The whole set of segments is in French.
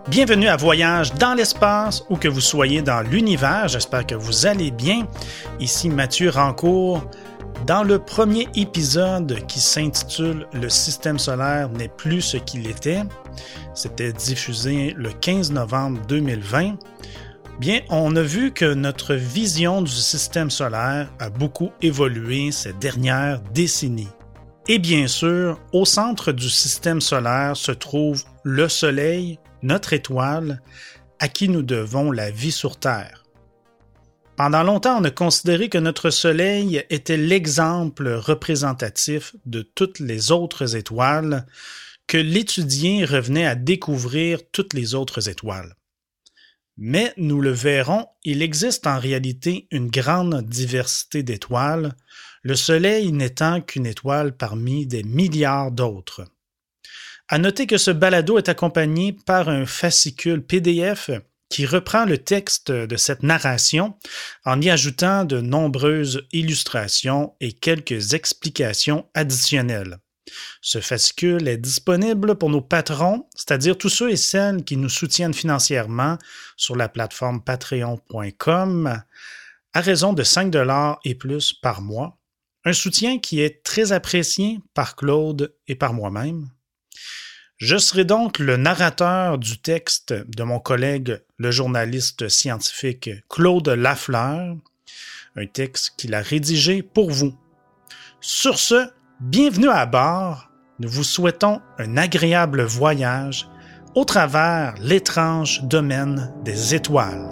Bienvenue à Voyage dans l'espace, où que vous soyez dans l'univers, j'espère que vous allez bien. Ici Mathieu Rancourt. Dans le premier épisode qui s'intitule « Le système solaire n'est plus ce qu'il était », c'était diffusé le 15 novembre 2020, bien, on a vu que notre vision du système solaire a beaucoup évolué ces dernières décennies. Et bien sûr, au centre du système solaire se trouve le Soleil, notre étoile, à qui nous devons la vie sur Terre. Pendant longtemps, on a considéré que notre Soleil était l'exemple représentatif de toutes les autres étoiles, que l'étudier revenait à découvrir toutes les autres étoiles. Mais nous le verrons, il existe en réalité une grande diversité d'étoiles, le Soleil n'étant qu'une étoile parmi des milliards d'autres. À noter que ce balado est accompagné par un fascicule PDF qui reprend le texte de cette narration en y ajoutant de nombreuses illustrations et quelques explications additionnelles. Ce fascicule est disponible pour nos patrons, c'est-à-dire tous ceux et celles qui nous soutiennent financièrement sur la plateforme patreon.com à raison de 5$ et plus par mois. Un soutien qui est très apprécié par Claude et par moi-même. Je serai donc le narrateur du texte de mon collègue, le journaliste scientifique Claude Lafleur, un texte qu'il a rédigé pour vous. Sur ce, bienvenue à bord. Nous vous souhaitons un agréable voyage au travers l'étrange domaine des étoiles.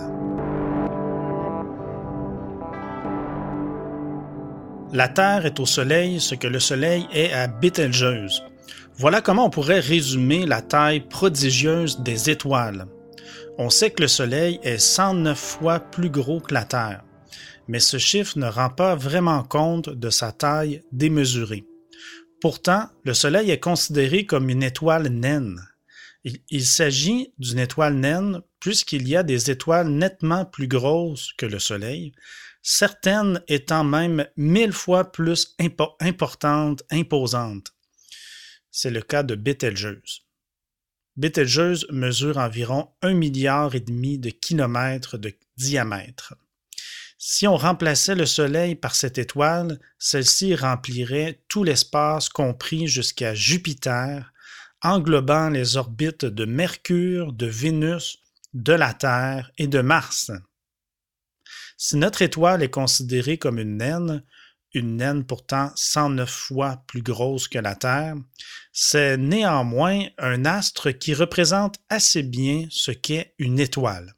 La Terre est au Soleil ce que le Soleil est à Bételgeuse. Voilà comment on pourrait résumer la taille prodigieuse des étoiles. On sait que le Soleil est 109 fois plus gros que la Terre, mais ce chiffre ne rend pas vraiment compte de sa taille démesurée. Pourtant, le Soleil est considéré comme une étoile naine. Il s'agit d'une étoile naine puisqu'il y a des étoiles nettement plus grosses que le Soleil, certaines étant même 1000 fois plus importantes, imposantes. C'est le cas de Bételgeuse. Bételgeuse mesure environ 1,5 milliard de kilomètres de diamètre. Si on remplaçait le Soleil par cette étoile, celle-ci remplirait tout l'espace compris jusqu'à Jupiter, englobant les orbites de Mercure, de Vénus, de la Terre et de Mars. Si notre étoile est considérée comme une naine pourtant 109 fois plus grosse que la Terre, c'est néanmoins un astre qui représente assez bien ce qu'est une étoile.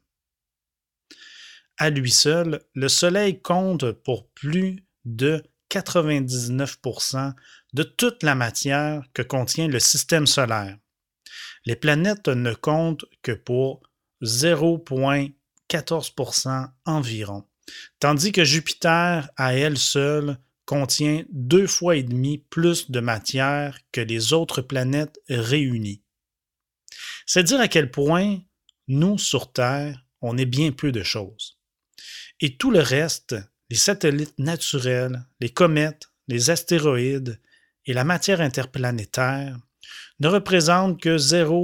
À lui seul, le Soleil compte pour plus de 99% de toute la matière que contient le système solaire. Les planètes ne comptent que pour 0,14% environ, tandis que Jupiter, à elle seule, contient 2,5 fois plus de matière que les autres planètes réunies. C'est dire à quel point, nous, sur Terre, on est bien peu de choses. Et tout le reste, les satellites naturels, les comètes, les astéroïdes et la matière interplanétaire, ne représentent que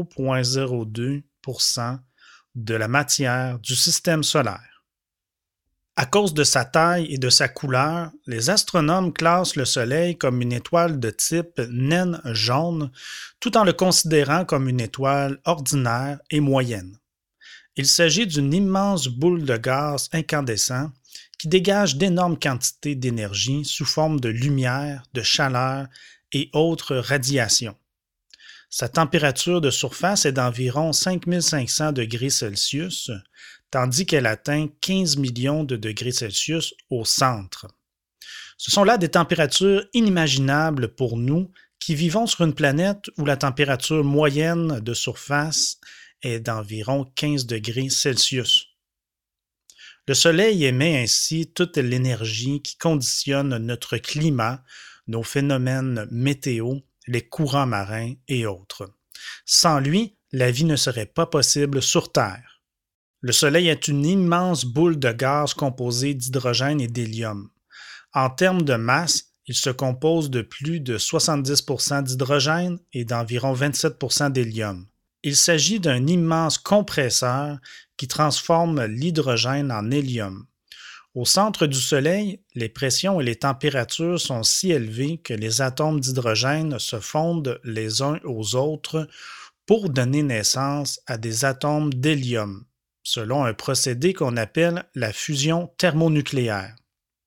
0,02% de la matière du système solaire. À cause de sa taille et de sa couleur, les astronomes classent le Soleil comme une étoile de type naine jaune, tout en le considérant comme une étoile ordinaire et moyenne. Il s'agit d'une immense boule de gaz incandescent qui dégage d'énormes quantités d'énergie sous forme de lumière, de chaleur et autres radiations. Sa température de surface est d'environ 5500 degrés Celsius, tandis qu'elle atteint 15 millions de degrés Celsius au centre. Ce sont là des températures inimaginables pour nous qui vivons sur une planète où la température moyenne de surface est d'environ 15 degrés Celsius. Le Soleil émet ainsi toute l'énergie qui conditionne notre climat, nos phénomènes météo, les courants marins et autres. Sans lui, la vie ne serait pas possible sur Terre. Le Soleil est une immense boule de gaz composée d'hydrogène et d'hélium. En termes de masse, il se compose de plus de 70% d'hydrogène et d'environ 27% d'hélium. Il s'agit d'un immense compresseur qui transforme l'hydrogène en hélium. Au centre du Soleil, les pressions et les températures sont si élevées que les atomes d'hydrogène se fondent les uns aux autres pour donner naissance à des atomes d'hélium, selon un procédé qu'on appelle la fusion thermonucléaire.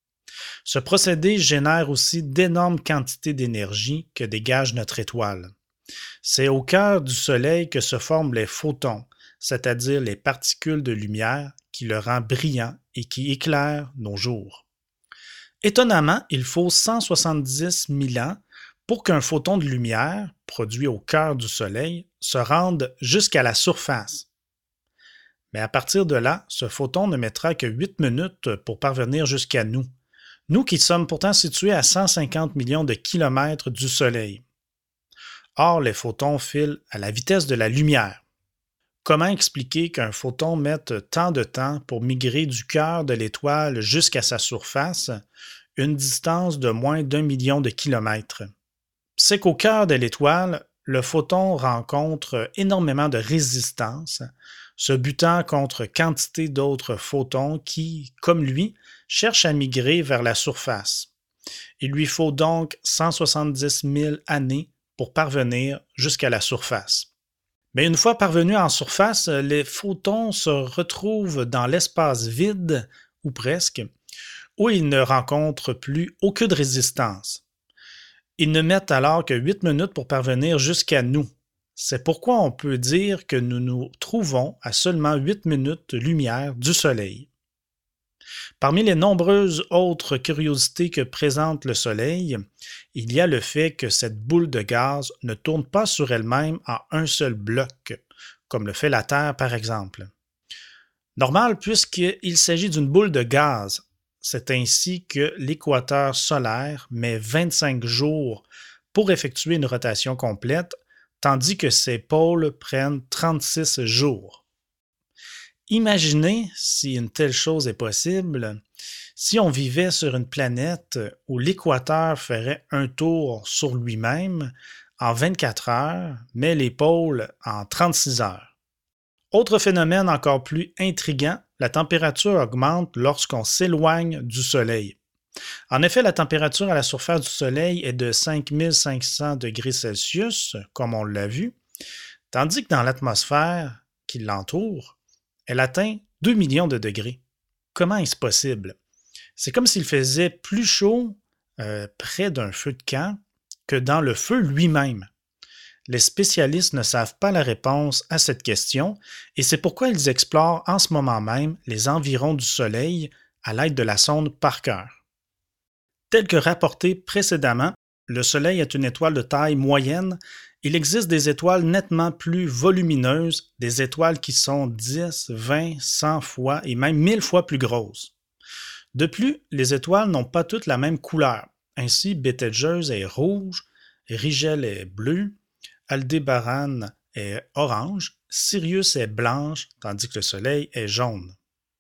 Ce procédé génère aussi d'énormes quantités d'énergie que dégage notre étoile. C'est au cœur du Soleil que se forment les photons, c'est-à-dire les particules de lumière qui le rend brillant et qui éclairent nos jours. Étonnamment, il faut 170 000 ans pour qu'un photon de lumière, produit au cœur du Soleil, se rende jusqu'à la surface. Mais à partir de là, ce photon ne mettra que 8 minutes pour parvenir jusqu'à nous. Nous qui sommes pourtant situés à 150 millions de kilomètres du Soleil. Or, les photons filent à la vitesse de la lumière. Comment expliquer qu'un photon mette tant de temps pour migrer du cœur de l'étoile jusqu'à sa surface, une distance de moins d'1 million de kilomètres? C'est qu'au cœur de l'étoile, le photon rencontre énormément de résistance, se butant contre quantité d'autres photons qui, comme lui, cherchent à migrer vers la surface. Il lui faut donc 170 000 années pour parvenir jusqu'à la surface. Mais une fois parvenus en surface, les photons se retrouvent dans l'espace vide, ou presque, où ils ne rencontrent plus aucune résistance. Ils ne mettent alors que 8 minutes pour parvenir jusqu'à nous. C'est pourquoi on peut dire que nous nous trouvons à seulement 8 minutes-lumière du Soleil. Parmi les nombreuses autres curiosités que présente le Soleil, il y a le fait que cette boule de gaz ne tourne pas sur elle-même en un seul bloc, comme le fait la Terre par exemple. Normal puisqu'il s'agit d'une boule de gaz. C'est ainsi que l'équateur solaire met 25 jours pour effectuer une rotation complète, tandis que ses pôles prennent 36 jours. Imaginez si une telle chose est possible, si on vivait sur une planète où l'équateur ferait un tour sur lui-même en 24 heures, mais les pôles en 36 heures. Autre phénomène encore plus intriguant, la température augmente lorsqu'on s'éloigne du Soleil. En effet, la température à la surface du Soleil est de 5500 degrés Celsius, comme on l'a vu, tandis que dans l'atmosphère qui l'entoure, elle atteint 2 millions de degrés. Comment est-ce possible? C'est comme s'il faisait plus chaud près d'un feu de camp que dans le feu lui-même. Les spécialistes ne savent pas la réponse à cette question et c'est pourquoi ils explorent en ce moment même les environs du Soleil à l'aide de la sonde Parker. Tel que rapporté précédemment, le Soleil est une étoile de taille moyenne. Il existe des étoiles nettement plus volumineuses, des étoiles qui sont 10, 20, 100 fois et même 1000 fois plus grosses. De plus, les étoiles n'ont pas toutes la même couleur. Ainsi, Betelgeuse est rouge, Rigel est bleu, Aldébaran est orange, Sirius est blanche, tandis que le Soleil est jaune.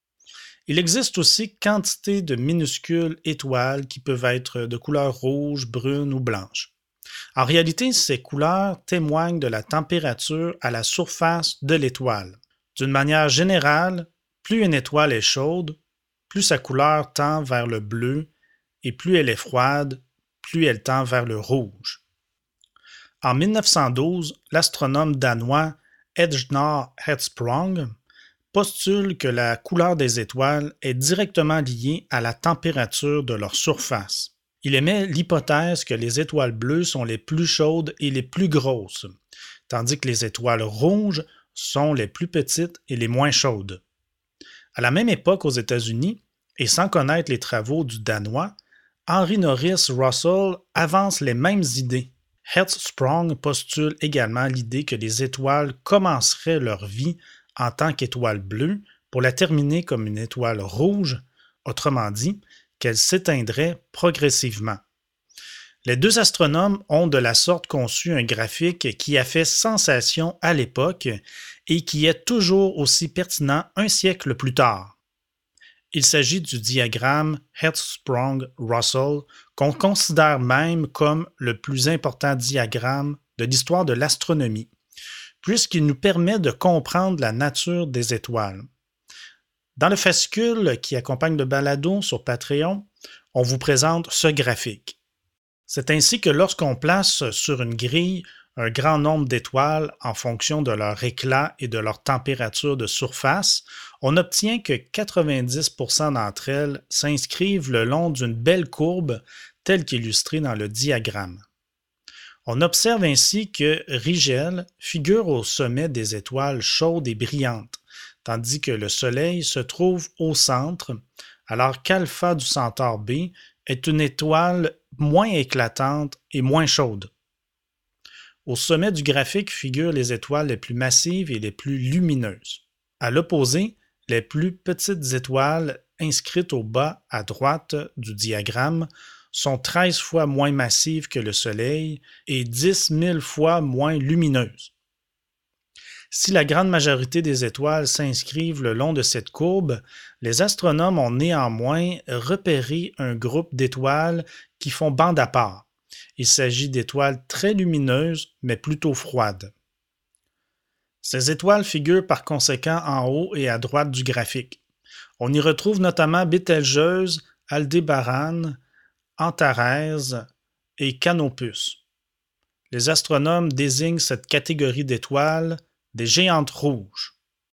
Il existe aussi quantité de minuscules étoiles qui peuvent être de couleur rouge, brune ou blanche. En réalité, ces couleurs témoignent de la température à la surface de l'étoile. D'une manière générale, plus une étoile est chaude, plus sa couleur tend vers le bleu, et plus elle est froide, plus elle tend vers le rouge. En 1912, l'astronome danois Ejdnar Hertzsprung postule que la couleur des étoiles est directement liée à la température de leur surface. Il émet l'hypothèse que les étoiles bleues sont les plus chaudes et les plus grosses, tandis que les étoiles rouges sont les plus petites et les moins chaudes. À la même époque aux États-Unis, et sans connaître les travaux du Danois, Henry Norris Russell avance les mêmes idées. Hertzsprung postule également l'idée que les étoiles commenceraient leur vie en tant qu'étoile bleue pour la terminer comme une étoile rouge, autrement dit, qu'elle s'éteindrait progressivement. Les deux astronomes ont de la sorte conçu un graphique qui a fait sensation à l'époque et qui est toujours aussi pertinent un siècle plus tard. Il s'agit du diagramme Hertzsprung-Russell qu'on considère même comme le plus important diagramme de l'histoire de l'astronomie, puisqu'il nous permet de comprendre la nature des étoiles. Dans le fascicule qui accompagne le balado sur Patreon, on vous présente ce graphique. C'est ainsi que lorsqu'on place sur une grille un grand nombre d'étoiles en fonction de leur éclat et de leur température de surface, on obtient que 90% d'entre elles s'inscrivent le long d'une belle courbe telle qu'illustrée dans le diagramme. On observe ainsi que Rigel figure au sommet des étoiles chaudes et brillantes, tandis que le Soleil se trouve au centre, alors qu'Alpha du Centaure B est une étoile moins éclatante et moins chaude. Au sommet du graphique figurent les étoiles les plus massives et les plus lumineuses. À l'opposé, les plus petites étoiles inscrites au bas à droite du diagramme sont 13 fois moins massives que le Soleil et 10 000 fois moins lumineuses. Si la grande majorité des étoiles s'inscrivent le long de cette courbe, les astronomes ont néanmoins repéré un groupe d'étoiles qui font bande à part. Il s'agit d'étoiles très lumineuses, mais plutôt froides. Ces étoiles figurent par conséquent en haut et à droite du graphique. On y retrouve notamment Bételgeuse, Aldébaran, Antares et Canopus. Les astronomes désignent cette catégorie d'étoiles des géantes rouges.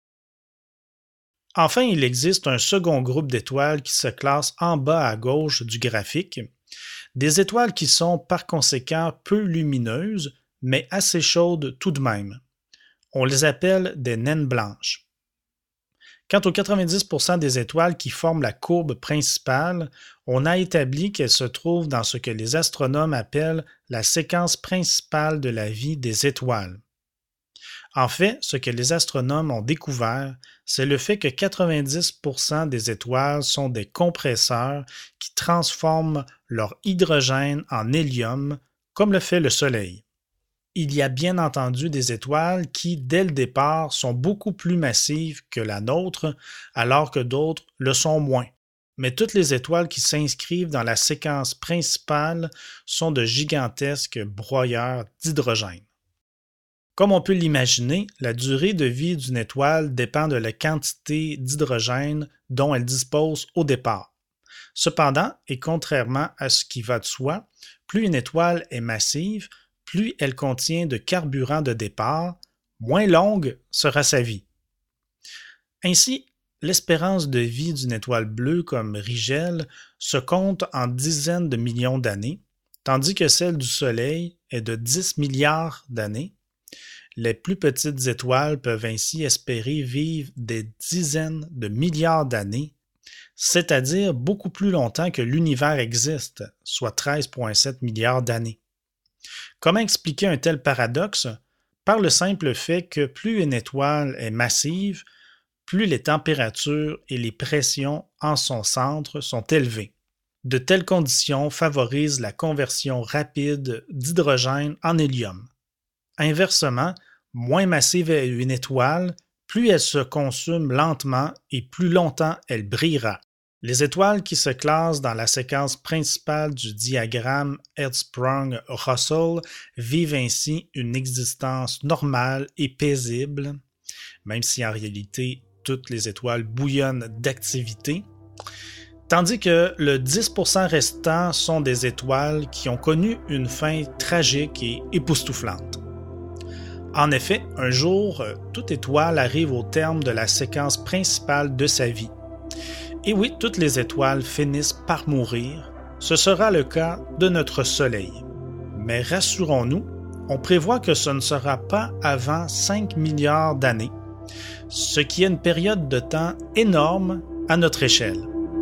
Enfin, il existe un second groupe d'étoiles qui se classe en bas à gauche du graphique, des étoiles qui sont par conséquent peu lumineuses, mais assez chaudes tout de même. On les appelle des naines blanches. Quant aux 90% des étoiles qui forment la courbe principale, on a établi qu'elles se trouvent dans ce que les astronomes appellent la séquence principale de la vie des étoiles. En fait, ce que les astronomes ont découvert, c'est le fait que 90% des étoiles sont des compresseurs qui transforment leur hydrogène en hélium, comme le fait le Soleil. Il y a bien entendu des étoiles qui, dès le départ, sont beaucoup plus massives que la nôtre, alors que d'autres le sont moins. Mais toutes les étoiles qui s'inscrivent dans la séquence principale sont de gigantesques broyeurs d'hydrogène. Comme on peut l'imaginer, la durée de vie d'une étoile dépend de la quantité d'hydrogène dont elle dispose au départ. Cependant, et contrairement à ce qui va de soi, plus une étoile est massive, plus elle contient de carburant de départ, moins longue sera sa vie. Ainsi, l'espérance de vie d'une étoile bleue comme Rigel se compte en dizaines de millions d'années, tandis que celle du Soleil est de 10 milliards d'années. Les plus petites étoiles peuvent ainsi espérer vivre des dizaines de milliards d'années, c'est-à-dire beaucoup plus longtemps que l'univers existe, soit 13,7 milliards d'années. Comment expliquer un tel paradoxe? Par le simple fait que plus une étoile est massive, plus les températures et les pressions en son centre sont élevées. De telles conditions favorisent la conversion rapide d'hydrogène en hélium. Inversement, moins massive est une étoile, plus elle se consume lentement et plus longtemps elle brillera. Les étoiles qui se classent dans la séquence principale du diagramme Hertzsprung-Russell vivent ainsi une existence normale et paisible, même si en réalité toutes les étoiles bouillonnent d'activité, tandis que le 10% restant sont des étoiles qui ont connu une fin tragique et époustouflante. En effet, un jour, toute étoile arrive au terme de la séquence principale de sa vie. Et oui, toutes les étoiles finissent par mourir. Ce sera le cas de notre Soleil. Mais rassurons-nous, on prévoit que ce ne sera pas avant 5 milliards d'années, ce qui est une période de temps énorme à notre échelle.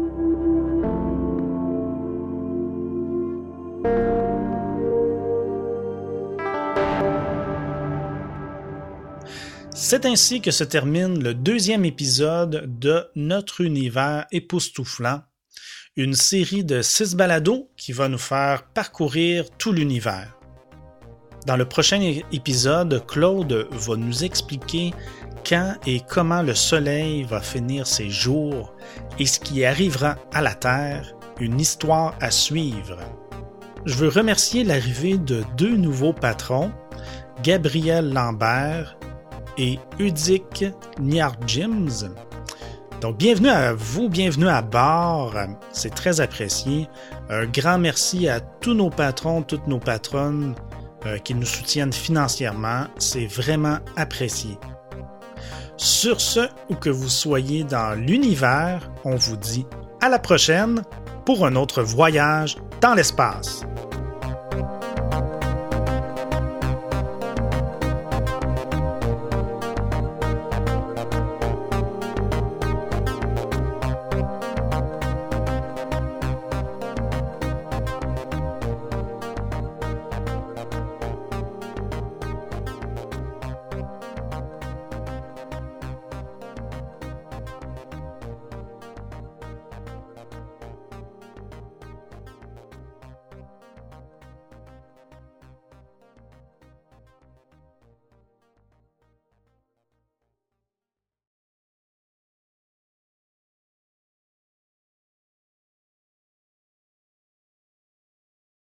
C'est ainsi que se termine le deuxième épisode de Notre univers époustouflant, une série de 6 balados qui va nous faire parcourir tout l'univers. Dans le prochain épisode, Claude va nous expliquer quand et comment le Soleil va finir ses jours et ce qui arrivera à la Terre, une histoire à suivre. Je veux remercier l'arrivée de 2 nouveaux patrons, Gabriel Lambert et Udik Niarjims. Donc, bienvenue à vous, bienvenue à bord. C'est très apprécié. Un grand merci à tous nos patrons, toutes nos patronnes qui nous soutiennent financièrement. C'est vraiment apprécié. Sur ce, où que vous soyez dans l'univers, on vous dit à la prochaine pour un autre voyage dans l'espace.